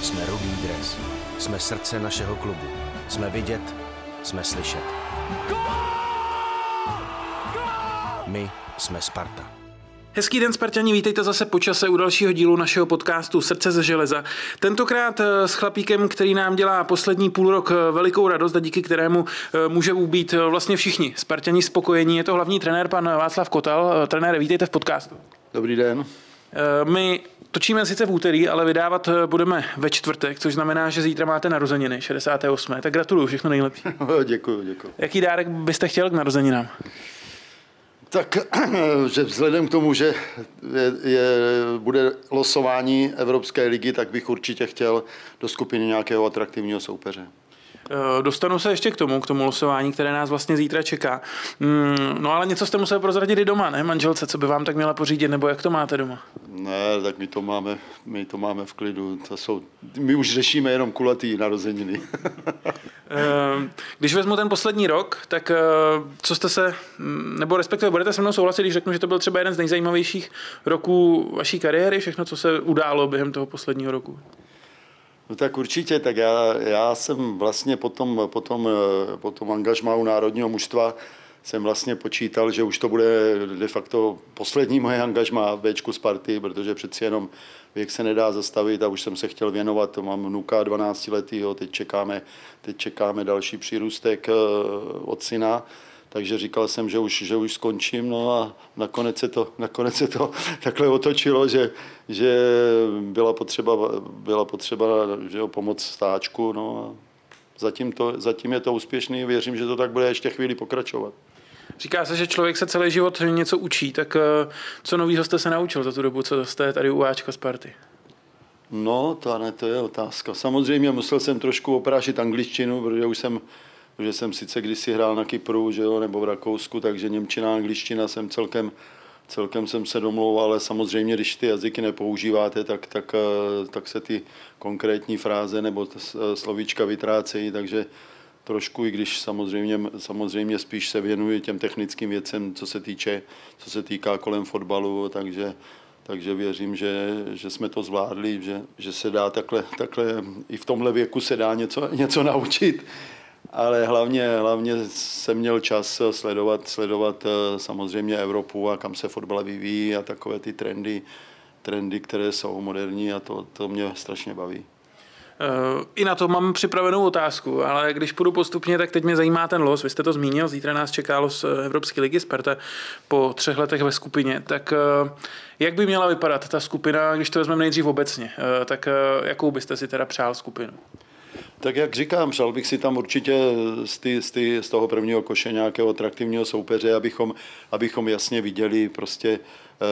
Jsme Rudý dres. Jsme srdce našeho klubu. Jsme vidět, jsme slyšet. My jsme Sparta. Hezký den, Sparťani, vítejte zase po čase u dalšího dílu našeho podcastu Srdce ze železa. Tentokrát s chlapíkem, který nám dělá poslední půl rok velikou radost a díky kterému můžou být vlastně všichni Sparťani spokojení. Je to hlavní trenér pan Václav Kotal. Trenére, vítejte v podcastu. Dobrý den. My točíme sice v úterý, ale vydávat budeme ve čtvrtek, což znamená, že zítra máte narozeniny, 68. Tak gratuluju, všechno nejlepší. Děkuju. Jaký dárek byste chtěl k narozeninám? Tak, že vzhledem k tomu, že bude losování Evropské ligy, tak bych určitě chtěl do skupiny nějakého atraktivního soupeře. Dostanu se ještě k tomu losování, které nás vlastně zítra čeká. No ale něco jste musel prozradit i doma, ne, manželce, co by vám tak měla pořídit, nebo jak to máte doma? Ne, tak my to máme v klidu. My už řešíme jenom kulatý narozeniny. Když vezmu ten poslední rok, tak co jste se, nebo respektive budete se mnou souhlasit, když řeknu, že to byl třeba jeden z nejzajímavějších roků vaší kariéry, všechno, co se událo během toho posledního roku? No tak určitě, tak já jsem vlastně po tom angažmá národního mužstva jsem vlastně počítal, že už to bude de facto poslední moje angažmá v Bčku Sparty, protože přeci jenom věk se nedá zastavit a už jsem se chtěl věnovat, mám vnuka 12letýho, teď čekáme další přírůstek od syna, takže říkal jsem, že už skončím, no a nakonec se to takhle otočilo, že byla potřeba že pomoc stáčku, no a zatím je to úspěšný, věřím, že to tak bude ještě chvíli pokračovat. Říká se, že člověk se celý život něco učí, tak co novýho jste se naučil za tu dobu, co jste tady u Ačka Sparty? No, to je otázka. Samozřejmě musel jsem trošku oprášit angličtinu, protože jsem sice kdysi hrál na Kypru, že jo, nebo v Rakousku, takže němčina, angličtina jsem celkem jsem se domlouval, ale samozřejmě, když ty jazyky nepoužíváte, tak se ty konkrétní fráze nebo slovíčka vytrácejí, takže trošku, i když samozřejmě spíš se věnuji těm technickým věcem, co se týká kolem fotbalu, takže věřím, že jsme to zvládli, že se dá takhle i v tomhle věku se dá něco naučit. Ale hlavně jsem měl čas sledovat samozřejmě Evropu a kam se fotbal vyvíjí a takové ty trendy, které jsou moderní a to mě strašně baví. I na to mám připravenou otázku, ale když půjdu postupně, tak teď mě zajímá ten los. Vy jste to zmínil, zítra nás čeká los Evropské ligy Sparta po 3 letech ve skupině. Tak jak by měla vypadat ta skupina, když to vezmeme nejdřív obecně? Tak jakou byste si teda přál skupinu? Tak jak říkám, přál bych si tam určitě z toho prvního koše nějakého atraktivního soupeře, abychom jasně viděli prostě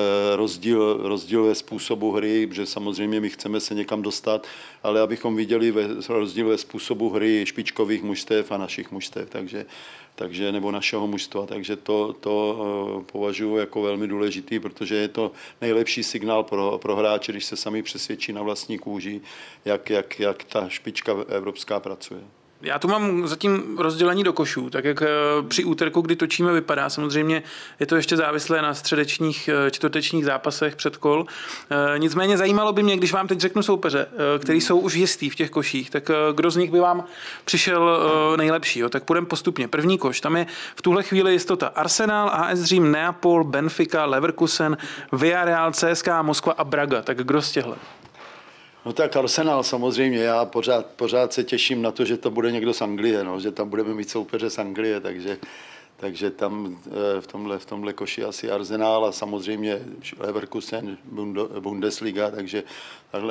rozdíl ve způsobu hry, že samozřejmě my chceme se někam dostat, ale abychom viděli rozdíl ve způsobu hry špičkových mužstev a našich mužstev, takže nebo našeho mužstva, takže to považuji jako velmi důležitý, protože je to nejlepší signál pro hráče, když se sami přesvědčí na vlastní kůži, jak ta špička evropská pracuje. Já tu mám zatím rozdělení do košů, tak jak při úterku, kdy točíme, vypadá. Samozřejmě je to ještě závislé na středečních, čtvrtečních zápasech předkol. Nicméně zajímalo by mě, když vám teď řeknu soupeře, který jsou už jistý v těch koších, tak kdo z nich by vám přišel nejlepší. Tak půjdeme postupně. První koš, tam je v tuhle chvíli jistota Arsenal, AS Řím, Neapol, Benfica, Leverkusen, Villarreal, CSKA Moskva a Braga. Tak kdo z těchto? No tak Arsenal samozřejmě, já pořád se těším na to, že to bude někdo z Anglie, no, že tam budeme mít soupeře z Anglie, takže tam v tomhle koši asi Arsenal a samozřejmě Leverkusen, Bundesliga, takže takhle.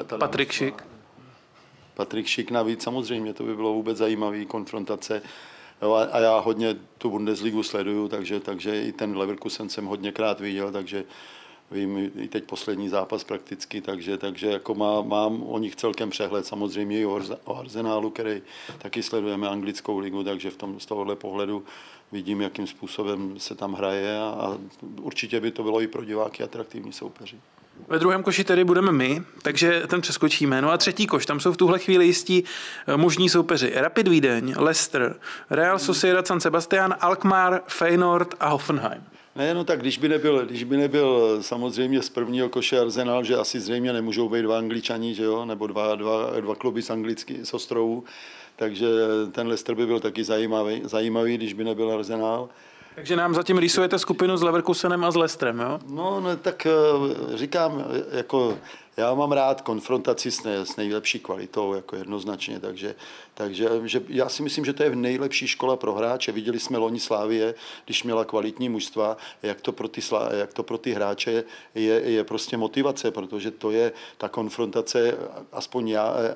Patrik Schick navíc, samozřejmě, to by bylo vůbec zajímavý konfrontace. No a já hodně tu Bundesligu sleduju, takže i ten Leverkusen jsem hodněkrát viděl, takže vím i teď poslední zápas prakticky, takže jako mám o nich celkem přehled, samozřejmě i o Arsenalu, který taky sledujeme anglickou ligu, takže z tohohle pohledu vidím, jakým způsobem se tam hraje a určitě by to bylo i pro diváky atraktivní soupeři. Ve druhém koši tedy budeme my, takže ten přeskočíme. No a třetí koš, tam jsou v tuhle chvíli jistí možní soupeři. Rapid Vídeň, Leicester, Real Sociedad San Sebastian, Alkmaar, Feyenoord a Hoffenheim. Ne, no tak když by nebyl samozřejmě z prvního koše Arsenal, že asi zřejmě nemůžou být dva Angličani, že jo, nebo dva kluby z ostrovů, takže ten Leicester by byl taky zajímavý, když by nebyl Arsenal. Takže nám zatím rýsujete skupinu s Leverkusenem a s Leicesterem, jo? No, tak říkám, jako já mám rád konfrontaci s nejlepší kvalitou, jako jednoznačně, takže že já si myslím, že to je nejlepší škola pro hráče. Viděli jsme loni Slavie, když měla kvalitní mužstva, jak to pro ty hráče je prostě motivace, protože to je ta konfrontace, aspoň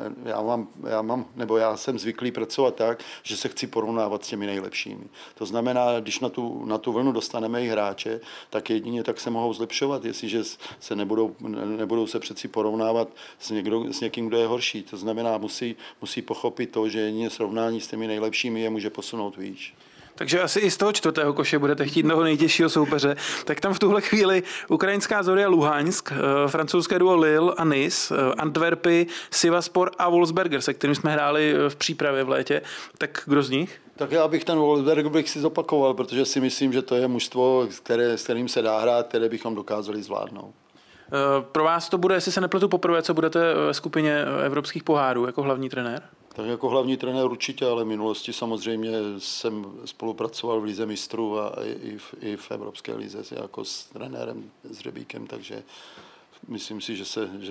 já jsem zvyklý pracovat tak, že se chci porovnávat s těmi nejlepšími. To znamená, když na tu vlnu dostaneme i hráče, tak jedině tak se mohou zlepšovat, jestliže se nebudou se přeci porovnávat s někým, kdo je horší. To znamená, musí pochopit to, že jedině srovnání s těmi nejlepšími je může posunout výš. Takže asi i z toho čtvrtého koše budete chtít toho nejtěžšího soupeře. Tak tam v tuhle chvíli ukrajinská Zoria Luhansk, francouzské duo Lille a Nice, Antwerpy, Sivasspor a Wolfsberger, se kterým jsme hráli v přípravě v létě. Tak kdo z nich? Tak já bych ten Wolfsberger si zopakoval, protože si myslím, že to je mužstvo, s kterým se dá hrát, které bychom dokázali zvládnout. Pro vás to bude, jestli se nepletu, poprvé, co budete ve skupině evropských pohárů jako hlavní trenér? Tak jako hlavní trenér určitě, ale v minulosti samozřejmě jsem spolupracoval v Lize mistrů a i v Evropské lize jako s trenérem, s Řebíkem, takže myslím si, že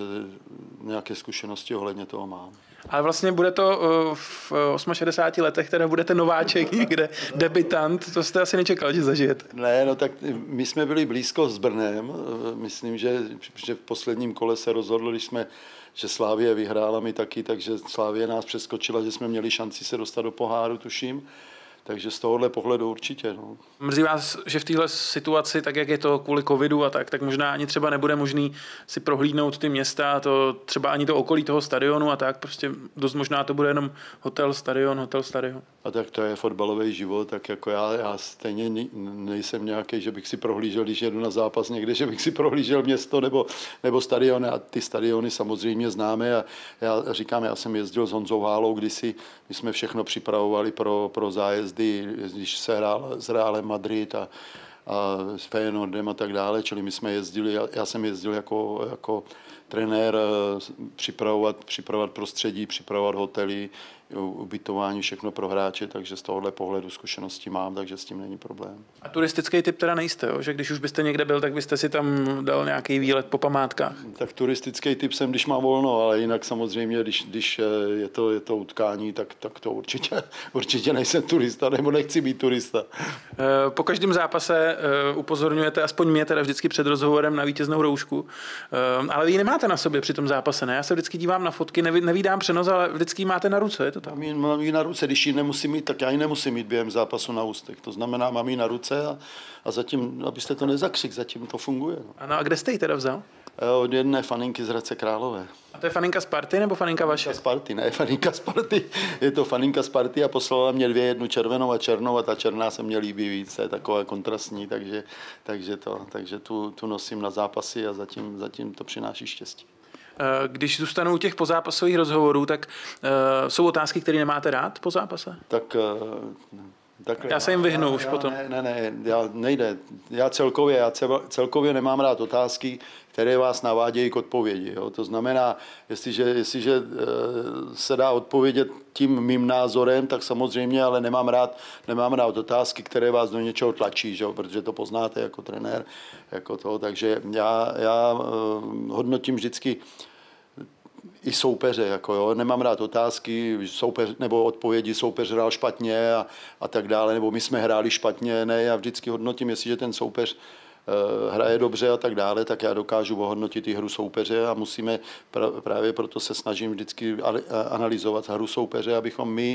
nějaké zkušenosti ohledně toho mám. Ale vlastně bude to v 68 letech, teda budete nováček někde, debutant, to jste asi nečekal, že zažijete. Ne, no tak my jsme byli blízko s Brnem, myslím, že v posledním kole se rozhodlo, že Slavie vyhrála mi taky, takže Slavie nás přeskočila, že jsme měli šanci se dostat do poháru, tuším. Takže z tohohle pohledu určitě. No. Mrzí vás, že v téhle situaci, tak jak je to kvůli covidu a tak možná ani třeba nebude možný si prohlídnout ty města, to třeba ani to okolí toho stadionu a tak, prostě dost možná to bude jenom hotel, stadion. A tak to je fotbalový život, tak jako já stejně nejsem nějaký, že bych si prohlížel, když jedu na zápas někde, že bych si prohlížel město nebo stadion. A ty stadiony samozřejmě známe a já jsem jezdil s Honzou Hálou kdysi, my jsme všechno připravovali pro zájezdy, když se hrál s Realem Madrid a s Feyenoordem a tak dále, čili my jsme jezdili, já jsem jezdil jako trenér připravovat prostředí, připravovat hotely, ubytování, všechno pro hráče, takže z tohohle pohledu zkušenosti mám, takže s tím není problém. A turistický typ teda nejste, jo? Že když už byste někde byl, tak byste si tam dal nějaký výlet po památkách? Tak turistický typ jsem, když mám volno, ale jinak samozřejmě, když je to utkání, tak to určitě nejsem turista, nebo nechci být turista. Po každém zápase upozorňujete, aspoň mě teda vždycky před rozhovorem, na vítěznou roušku, ale vy ji nemáte na sobě při tom zápase, ne? Já se vždycky dívám na fotky, nevídám přenos, ale vždycky ji máte na ruce, je to tak? Mám ji na ruce, když ji nemusím mít, tak já ji nemusím mít během zápasu na ústech. To znamená, mám ji na ruce a zatím, abyste to nezakřik, zatím to funguje. No. Ano, a kde jste ji teda vzal? Od jedné faninky z Hradce Králové. A to je faninka Sparty nebo faninka vaše? Faninka Sparty. Je to faninka Sparty a poslala mě jednu červenou a černou a ta černá se mně líbí víc, je takové kontrastní, takže tu nosím na zápasy a zatím to přináší štěstí. Když zůstanou u těch pozápasových rozhovorů, tak jsou otázky, které nemáte rád po zápase? Tak já se jim vyhnu už potom. Ne, nejde. Já celkově nemám rád otázky, které vás navádějí k odpovědi. Jo? To znamená, jestliže se dá odpovědět tím mým názorem, tak samozřejmě, ale nemám rád otázky, které vás do něčeho tlačí, že jo? Protože to poznáte jako trenér, jako to. Takže já hodnotím vždycky i soupeře, jako jo, nemám rád otázky, nebo odpovědi, soupeř hrál špatně a tak dále, nebo my jsme hráli špatně, ne, já vždycky hodnotím, jestliže ten soupeř hraje dobře a tak dále, tak já dokážu ohodnotit i hru soupeře a právě proto se snažím vždycky analyzovat hru soupeře, abychom my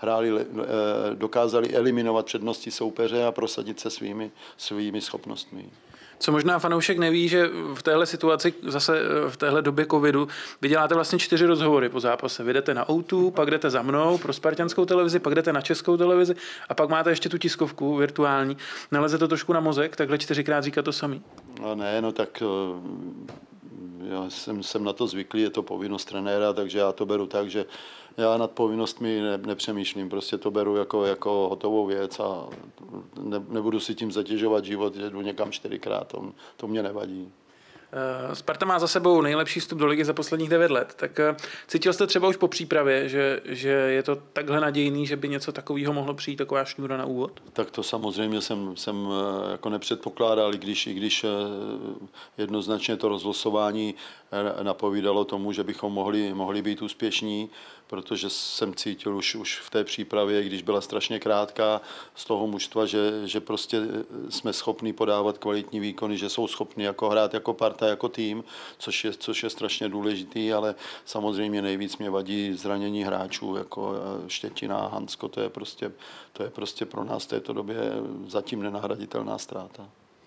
dokázali eliminovat přednosti soupeře a prosadit se svými schopnostmi. Co možná fanoušek neví, že v téhle situaci, zase v téhle době covidu, vy děláte vlastně 4 rozhovory po zápase. Vy jdete na O2, pak jdete za mnou pro spartanskou televizi, pak jdete na českou televizi a pak máte ještě tu tiskovku virtuální. Naleze to trošku na mozek, takhle 4krát říkat to samý? No ne, no tak já jsem na to zvyklý, je to povinnost trenéra, takže já to beru tak, že já nad povinnostmi nepřemýšlím, prostě to beru jako hotovou věc a nebudu si tím zatěžovat život, že jdu někam 4krát, to mě nevadí. Sparta má za sebou nejlepší vstup do ligy za posledních 9 let, tak cítil jste třeba už po přípravě, že je to takhle nadějný, že by něco takového mohlo přijít, taková šňůra na úvod? Tak to samozřejmě jsem jako nepředpokládal, i když jednoznačně to rozlosování napovídalo tomu, že bychom mohli být úspěšní, protože jsem cítil už v té přípravě, když byla strašně krátká, z toho mužstva, že prostě jsme schopni podávat kvalitní výkony, že jsou schopni jako hrát jako parta, jako tým, což je strašně důležitý, ale samozřejmě nejvíc mě vadí zranění hráčů, jako Štětina a Hansko, to je prostě pro nás v této době zatím nenahraditelná ztráta.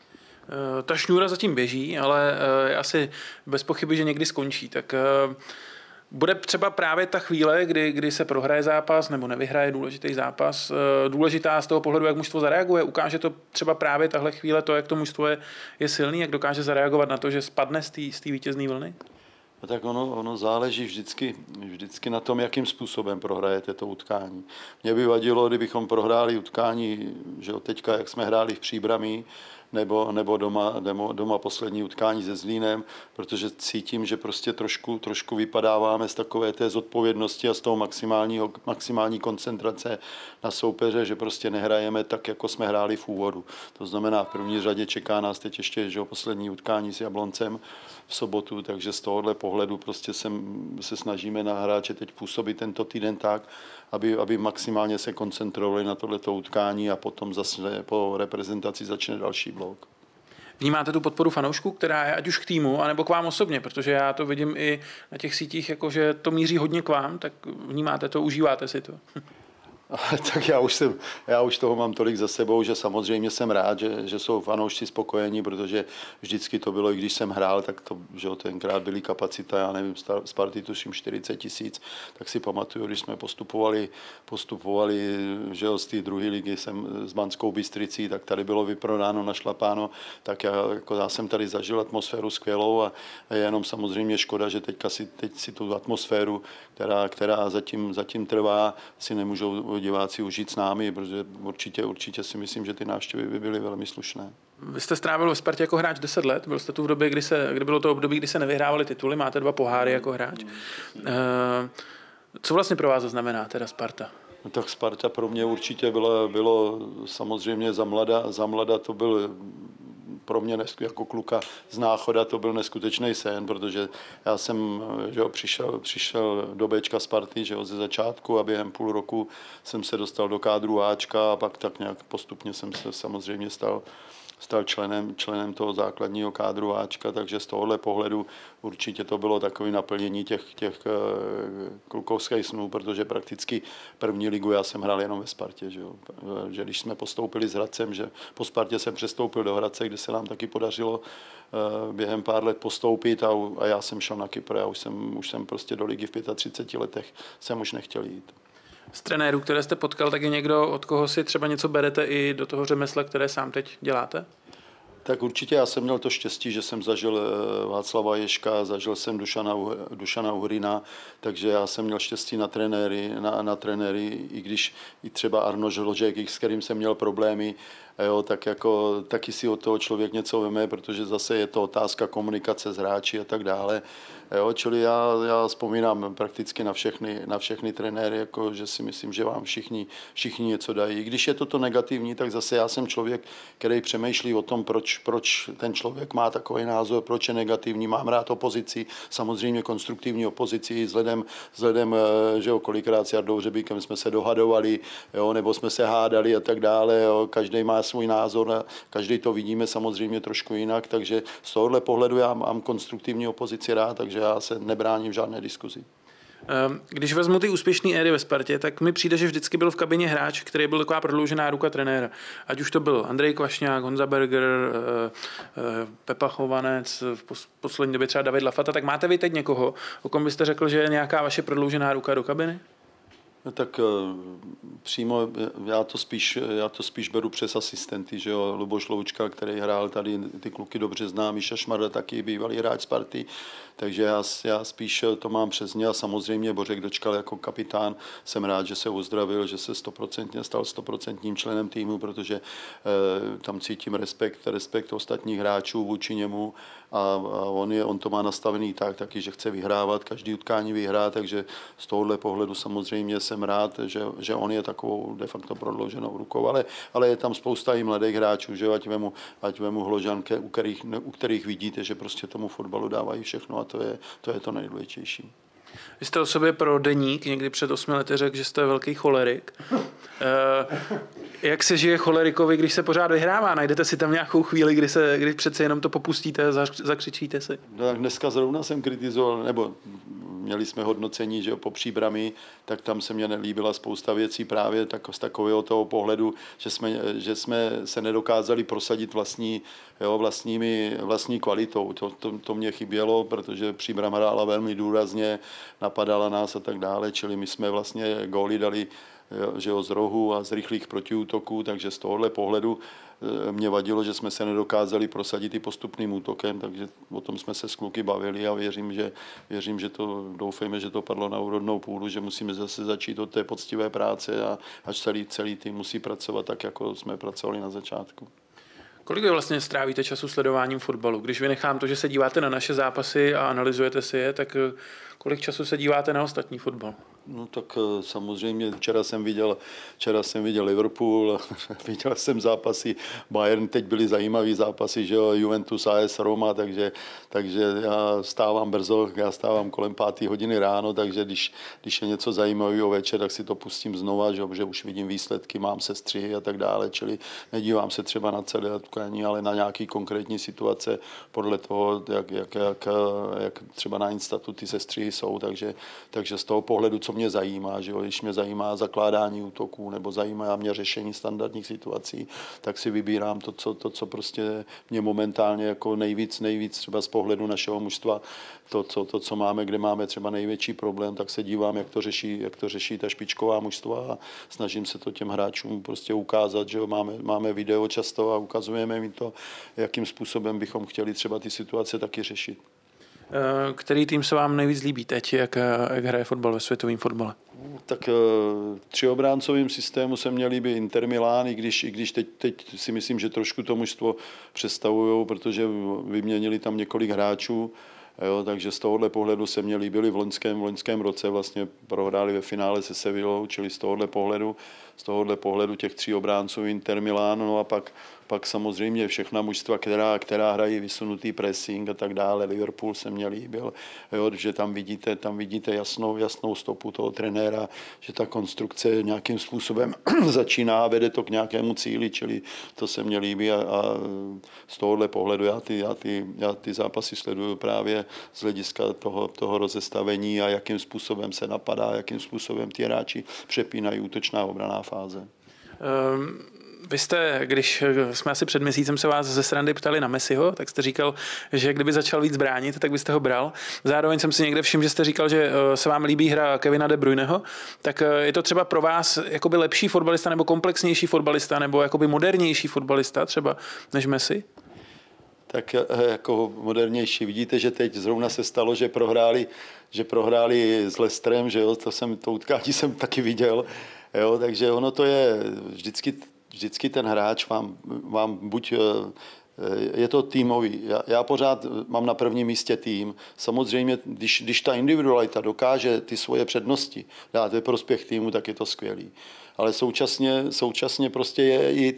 Ta šňůra zatím běží, ale je asi bez pochyby, že někdy skončí. Tak bude třeba právě ta chvíle, kdy se prohraje zápas nebo nevyhraje důležitý zápas, důležitá z toho pohledu, jak mužstvo zareaguje. Ukáže to třeba právě tahle chvíle to, jak to mužstvo je silný, jak dokáže zareagovat na to, že spadne z té vítězné vlny? No tak ono záleží vždycky na tom, jakým způsobem prohrajete to utkání. Mě by vadilo, kdybychom prohráli utkání, že teďka, jak jsme hráli v Příbramí, nebo doma poslední utkání se Zlínem, protože cítím, že prostě trošku vypadáváme z takové té zodpovědnosti a z toho maximální koncentrace na soupeře, že prostě nehrajeme tak, jako jsme hráli v úvodu. To znamená, v první řadě čeká nás teď ještě poslední utkání s Jabloncem v sobotu, takže z tohohle pohledu prostě se snažíme na hráče teď působit tento týden tak, aby maximálně se koncentrovali na tohleto utkání a potom zase po reprezentaci začne další blok. Vnímáte tu podporu fanoušků, která je ať už k týmu, anebo k vám osobně, protože já to vidím i na těch sítích, jakože to míří hodně k vám, tak vnímáte to, užíváte si to? Tak já už toho mám tolik za sebou, že samozřejmě jsem rád, že jsou fanoušci spokojení, protože vždycky to bylo, i když jsem hrál, tak to, že tenkrát byly kapacita, já nevím, Sparty tuším 40 000, tak si pamatuju, když jsme postupovali že z té druhé ligy jsem s Banskou Bystricí, tak tady bylo vyprodáno, našlapáno, tak já jsem tady zažil atmosféru skvělou a je jenom samozřejmě škoda, že teď si tu atmosféru, která zatím trvá, si nemůžou diváci užít s námi, protože určitě si myslím, že ty návštěvy by byly velmi slušné. Vy jste strávil ve Spartě jako hráč 10 let, byl jste tu v době, kdy bylo to období, kdy se nevyhrávali tituly, máte 2 poháry jako hráč. Co vlastně pro vás znamená teda Sparta? No tak Sparta pro mě určitě bylo samozřejmě za mlada to byl pro mě jako kluka z Náchoda to byl neskutečný sen, protože já jsem přišel do Bčka Sparty ze začátku a během půl roku jsem se dostal do kádru Ačka a pak tak nějak postupně jsem se samozřejmě stal členem toho základního kádru Ačka, takže z tohohle pohledu určitě to bylo takové naplnění těch klukovských snů, protože prakticky první ligu já jsem hrál jenom ve Spartě. Že když jsme postoupili s Hradcem, že po Spartě jsem přestoupil do Hradce, kde se nám taky podařilo během pár let postoupit a já jsem šel na Kypr a už jsem prostě do ligy v 35 letech jsem už nechtěl jít. Z trenérů, které jste potkal, tak je někdo, od koho si třeba něco berete i do toho řemesla, které sám teď děláte? Tak určitě já jsem měl to štěstí, že jsem zažil Václava Ježka, zažil jsem Dušana Uhrina, takže já jsem měl štěstí na trenéry, i když i třeba Arno Žložek, s kterým jsem měl problémy, tak jako taky si od toho člověk něco veme, protože zase je to otázka komunikace s hráči a tak dále. Čili já vzpomínám prakticky na všechny trenéry, jako, že si myslím, že vám všichni něco dají. Když je toto negativní, tak zase já jsem člověk, který přemýšlí o tom, proč ten člověk má takový názor, proč je negativní. Mám rád opozici, samozřejmě konstruktivní opozici, vzhledem že kolikrát s Jardou Řebíkem jsme se dohadovali, nebo jsme se hádali a tak dále. Každý má svůj názor a každý to vidíme samozřejmě trošku jinak, takže z tohohle pohledu já mám konstruktivní opozici rád, takže já se nebráním v žádné diskuzi. Když vezmu ty úspěšné éry ve Spartě, tak mi přijde, že vždycky byl v kabině hráč, který byl taková prodloužená ruka trenéra. Ať už to byl Andrej Kvašňák, Honza Berger, Pepa Chovanec, v poslední době třeba David Lafata, tak máte vy teď někoho, o kom byste řekl, že je nějaká vaše prodloužená ruka do kabiny? No tak přímo já to spíš beru přes asistenty, že jo, Luboš Loučka, který hrál tady, ty kluky dobře znám, Míša Šmarda taky bývalý hráč Sparty, takže já spíš to mám přes ně a samozřejmě Bořek Dočkal jako kapitán, jsem rád, že se uzdravil, že se 100% stal 100% členem týmu, protože tam cítím respekt ostatních hráčů vůči němu a on to má nastavený tak taky, že chce vyhrávat, každý utkání vyhrá, takže z tohohle pohledu samozřejmě jsem rád, že on je takovou de facto prodlouženou rukou, ale je tam spousta i mladých hráčů, že ať vemu Hložanke, u kterých vidíte, že prostě tomu fotbalu dávají všechno a to je to nejdůležitější. Vy jste o sobě pro deník někdy před 8 lety řekl, že jste velký cholerik. Jak se žije cholerikovi, když se pořád vyhrává? Najdete si tam nějakou chvíli, kdy přece jenom to popustíte, zakřičíte si? No, tak dneska zrovna jsem kritizoval, nebo měli jsme hodnocení, že po Příbrami, tak tam se mně nelíbila spousta věcí právě z takového toho pohledu, že jsme se nedokázali prosadit vlastní kvalitou. To mě chybělo, protože Příbram hrála velmi důrazně, napadala nás a tak dále, čili my jsme vlastně góly dali, že z rohu a z rychlých protiútoků, takže z tohohle pohledu mě vadilo, že jsme se nedokázali prosadit i postupným útokem, takže o tom jsme se s kluky bavili a věřím, že doufejme, že to padlo na úrodnou půdu, že musíme zase začít od té poctivé práce a až celý tým musí pracovat tak, jako jsme pracovali na začátku. Kolik vy vlastně strávíte času sledováním fotbalu? Když vynechám to, že se díváte na naše zápasy a analyzujete si je, tak kolik času se díváte na ostatní fotbal? No tak samozřejmě včera jsem viděl Liverpool, viděl jsem zápasy Bayern, teď byly zajímavý zápasy, že jo, Juventus AS Roma, takže já stávám kolem 5 hodiny ráno, takže když je něco zajímavého večer, tak si to pustím znova, že už vidím výsledky, mám sestřihy a tak dále, čili nedívám se třeba na celé utkání, ale na nějaký konkrétní situace podle toho, jak třeba na Instatu ty sestřihy jsou, takže z toho pohledu, co mě zajímá, že jo, když mě zajímá zakládání útoků nebo zajímá mě řešení standardních situací, tak si vybírám to, co prostě mě momentálně jako nejvíc třeba z pohledu našeho mužstva, to, co máme, kde máme třeba největší problém, tak se dívám, jak to řeší ta špičková mužstva a snažím se to těm hráčům prostě ukázat, že jo, máme video často a ukazujeme jim to, jakým způsobem bychom chtěli třeba ty situace taky řešit. Který tým se vám nejvíc líbí teď, jak hraje fotbal ve světovém fotbale? Tak třiobráncovým systému se mně líbí Inter Milán, i když teď si myslím, že trošku to mužstvo představujou, protože vyměnili tam několik hráčů, jo, takže z tohohle pohledu se mně líbili v loňském roce, vlastně prohráli ve finále se Sevillou, čili z tohohle pohledu těch 3 obránců Inter Milán, no a pak samozřejmě všechna mužstva, která hrají vysunutý pressing a tak dále. Liverpool se mně líbil, jo, že tam vidíte jasnou stopu toho trenéra, že ta konstrukce nějakým způsobem začíná a vede to k nějakému cíli, čili to se mně líbí a z tohohle pohledu já ty zápasy sleduju právě z hlediska toho rozestavení a jakým způsobem se napadá, jakým způsobem ty hráči přepínají útočná obranná fáze. Vy jste, když jsme asi před měsícem se vás ze srandy ptali na Messiho, tak jste říkal, že kdyby začal víc bránit, tak byste ho bral. Zároveň jsem si někde všiml, že jste říkal, že se vám líbí hra Kevina De Bruyneho. Tak je to třeba pro vás jakoby lepší fotbalista nebo komplexnější fotbalista nebo jakoby modernější fotbalista třeba než Messi? Tak jako modernější. Vidíte, že teď zrovna se stalo, že prohráli s Leicesterem, že jo, to utkání jsem taky viděl. Jo, takže ono to je vždycky ten hráč vám buď je to týmový. Já pořád mám na prvním místě tým. Samozřejmě, když ta individualita dokáže ty svoje přednosti dát ve prospěch týmu, tak je to skvělý. Ale současně prostě je i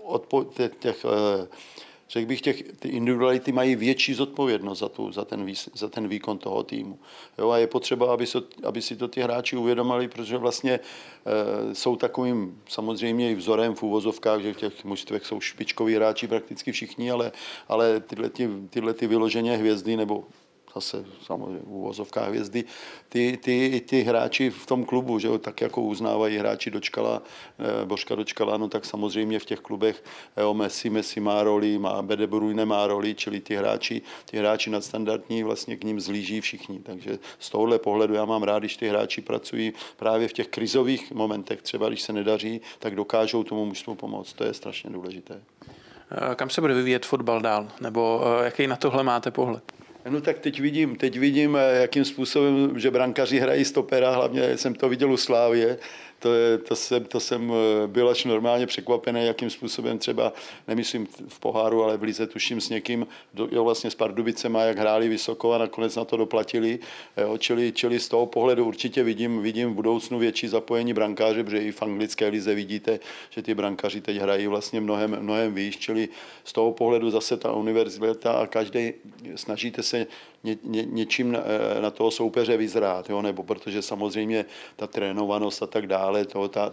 řekl bych, ty individuality mají větší zodpovědnost za ten výkon toho týmu. Jo, a je potřeba, aby si to ty hráči uvědomili, protože vlastně jsou takovým samozřejmě i vzorem v úvozovkách, že v těch mužstvech jsou špičkoví hráči prakticky všichni, ale tyhle vyloženě hvězdy nebo zase samozřejmě uvozovká hvězdy, ty hráči v tom klubu, že jo, tak jako uznávají hráči Dočkala, Božka Dočkala, no tak samozřejmě v těch klubech Messi má roli, De Bruyne má roli, čili ty hráči nadstandardní vlastně k ním zlíží všichni. Takže z tohohle pohledu já mám rád, když ty hráči pracují právě v těch krizových momentech, třeba když se nedaří, tak dokážou tomu mužstvu pomoct. To je strašně důležité. Kam se bude vyvíjet fotbal dál? Nebo jaký na tohle máte pohled? No tak teď vidím, jakým způsobem, že brankaři hrají stopera, hlavně jsem to viděl u Slávie, to jsem byl až normálně překvapený, jakým způsobem třeba, nemyslím v poháru, ale v lize tuším s někým, vlastně s Pardubicema, jak hráli vysoko a nakonec na to doplatili. Jo, čili z toho pohledu určitě vidím v budoucnu větší zapojení brankáře, protože i v anglické lize vidíte, že ty brankaři teď hrají vlastně mnohem výš, čili z toho pohledu zase ta univerzita a každý snažíte se něčím na toho soupeře vyzrát, jo? Nebo protože samozřejmě ta trénovanost a tak dále,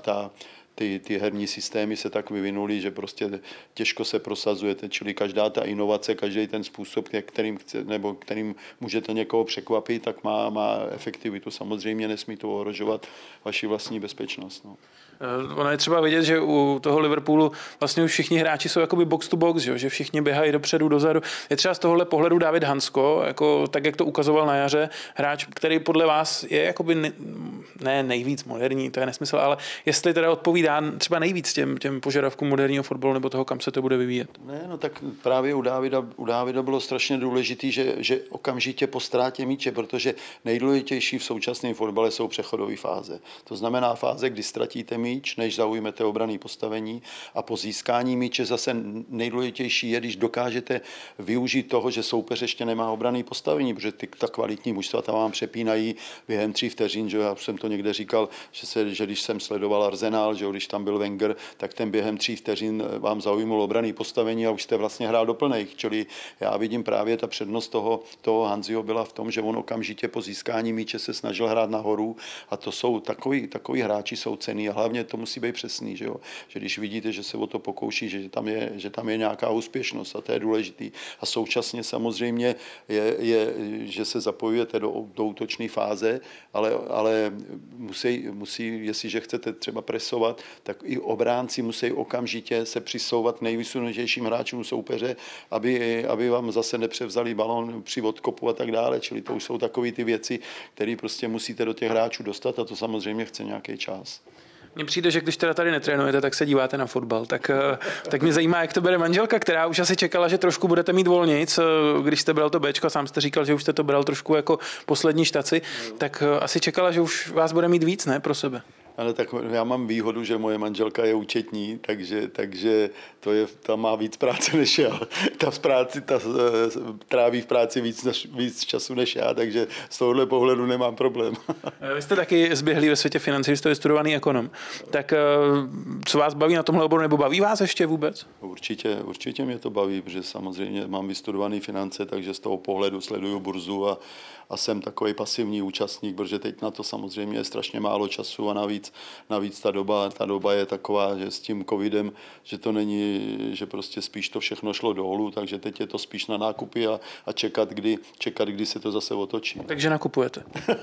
ty herní systémy se tak vyvinuly, že prostě těžko se prosazujete, čili každá ta inovace, každý ten způsob, kterým můžete někoho překvapit, tak má efektivitu. Samozřejmě nesmí to ohrožovat vaši vlastní bezpečnost. No. Ono je třeba vidět, že u toho Liverpoolu vlastně už všichni hráči jsou jakoby box to box, že všichni běhají dopředu, dozadu. Je třeba z tohohle pohledu David Hansko, jako, tak jak to ukazoval na jaře, hráč, který podle vás je jakoby ne nejvíc moderní, to je nesmysl, ale jestli teda odpovídá třeba nejvíc těm požadavkům moderního fotbalu nebo toho, kam se to bude vyvíjet. Ne, no tak právě u Dávida bylo strašně důležitý, že okamžitě po ztrátě míče, protože nejdůležitější v současném fotbale jsou přechodové fáze. To znamená fáze, kdy ztratíte míč, než zaujmete obranné postavení, a po získání míče zase nejdůležitější je, když dokážete využít toho, že soupeř ještě nemá obranné postavení, protože ta kvalitní mužstva tam vám přepínají během 3 vteřin, že já jsem to někde říkal, že když jsem sledoval Arsenal, že když tam byl Wenger, tak ten během 3 vteřin vám zaujmul obranné postavení a už jste vlastně hrál do plných. Čili já vidím právě ta přednost toho Hanziho byla v tom, že on okamžitě po získání míče se snažil hrát nahoru, a to jsou takový hráči jsou cenní a hlavně to musí být přesný, že jo? Že když vidíte, že se o to pokouší, že tam je nějaká úspěšnost, a to je důležitý. A současně samozřejmě že se zapojujete do útočné fáze, ale musí, jestliže chcete třeba presovat, tak i obránci musí okamžitě se přisouvat nejvysunutějším hráčům soupeře, aby vám zase nepřevzali balón při odkopu a tak dále. Čili to už jsou takové ty věci, které prostě musíte do těch hráčů dostat, a to samozřejmě chce nějaký čas. Mně přijde, že když teda tady netrénujete, tak se díváte na fotbal. Tak mě zajímá, jak to bere manželka, která už asi čekala, že trošku budete mít volnic, když jste bral to Bčko, sám jste říkal, že už jste to bral trošku jako poslední štaci, tak asi čekala, že už vás bude mít víc, ne, pro sebe. Ale tak já mám výhodu, že moje manželka je účetní, takže ta má víc práce než já. Ta tráví v práci víc času než já, takže z tohohle pohledu nemám problém. Vy jste taky zběhlý ve světě financí, jste vystudovaný ekonom. Tak co vás baví na tomhle oboru, nebo baví vás ještě vůbec? Určitě mě to baví, protože samozřejmě mám vystudovaný finance, takže z toho pohledu sleduju burzu a jsem takový pasivní účastník, protože teď na to samozřejmě je strašně málo času, a navíc ta doba je taková, že s tím covidem, že to není, že prostě spíš to všechno šlo dolů, takže teď je to spíš na nákupy a čekat, kdy se to zase otočí. Takže nakupujete?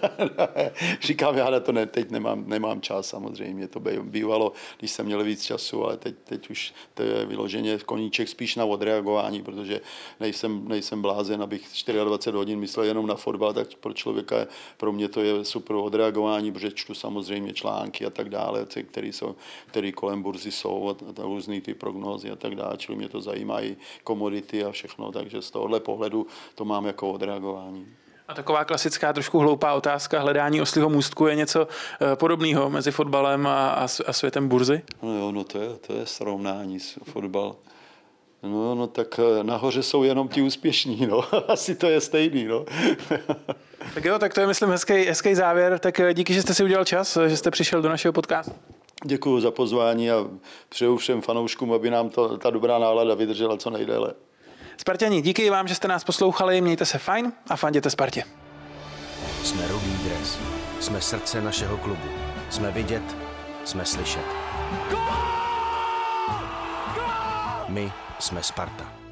Říkám, já na to teď nemám čas samozřejmě, to bývalo, když jsem měl víc času, ale teď už to je vyloženě koníček spíš na odreagování, protože nejsem blázen, abych 24 hodin myslel jenom na fotbal, tak pro mě to je super odreagování, protože čtu samozřejmě články a tak dále, které kolem burzy jsou, a různý ty prognózy a tak dále, čili mě to zajímají komodity a všechno, takže z tohohle pohledu to mám jako odreagování. A taková klasická, trošku hloupá otázka, hledání oslího můstku je něco podobného mezi fotbalem a světem burzy? No to je srovnání s fotbal. No tak nahoře jsou jenom ti úspěšní, no. Asi to je stejný, no. Tak jo, tak to je, myslím, hezký závěr. Tak díky, že jste si udělal čas, že jste přišel do našeho podcastu. Děkuji za pozvání a přeju všem fanouškům, aby nám ta dobrá nálada vydržela co nejdéle. Sparťani, díky vám, že jste nás poslouchali, mějte se fajn a fanděte Spartě. Jsme Rudý dres, jsme srdce našeho klubu, jsme vidět, jsme slyšet. My jsme Sparta.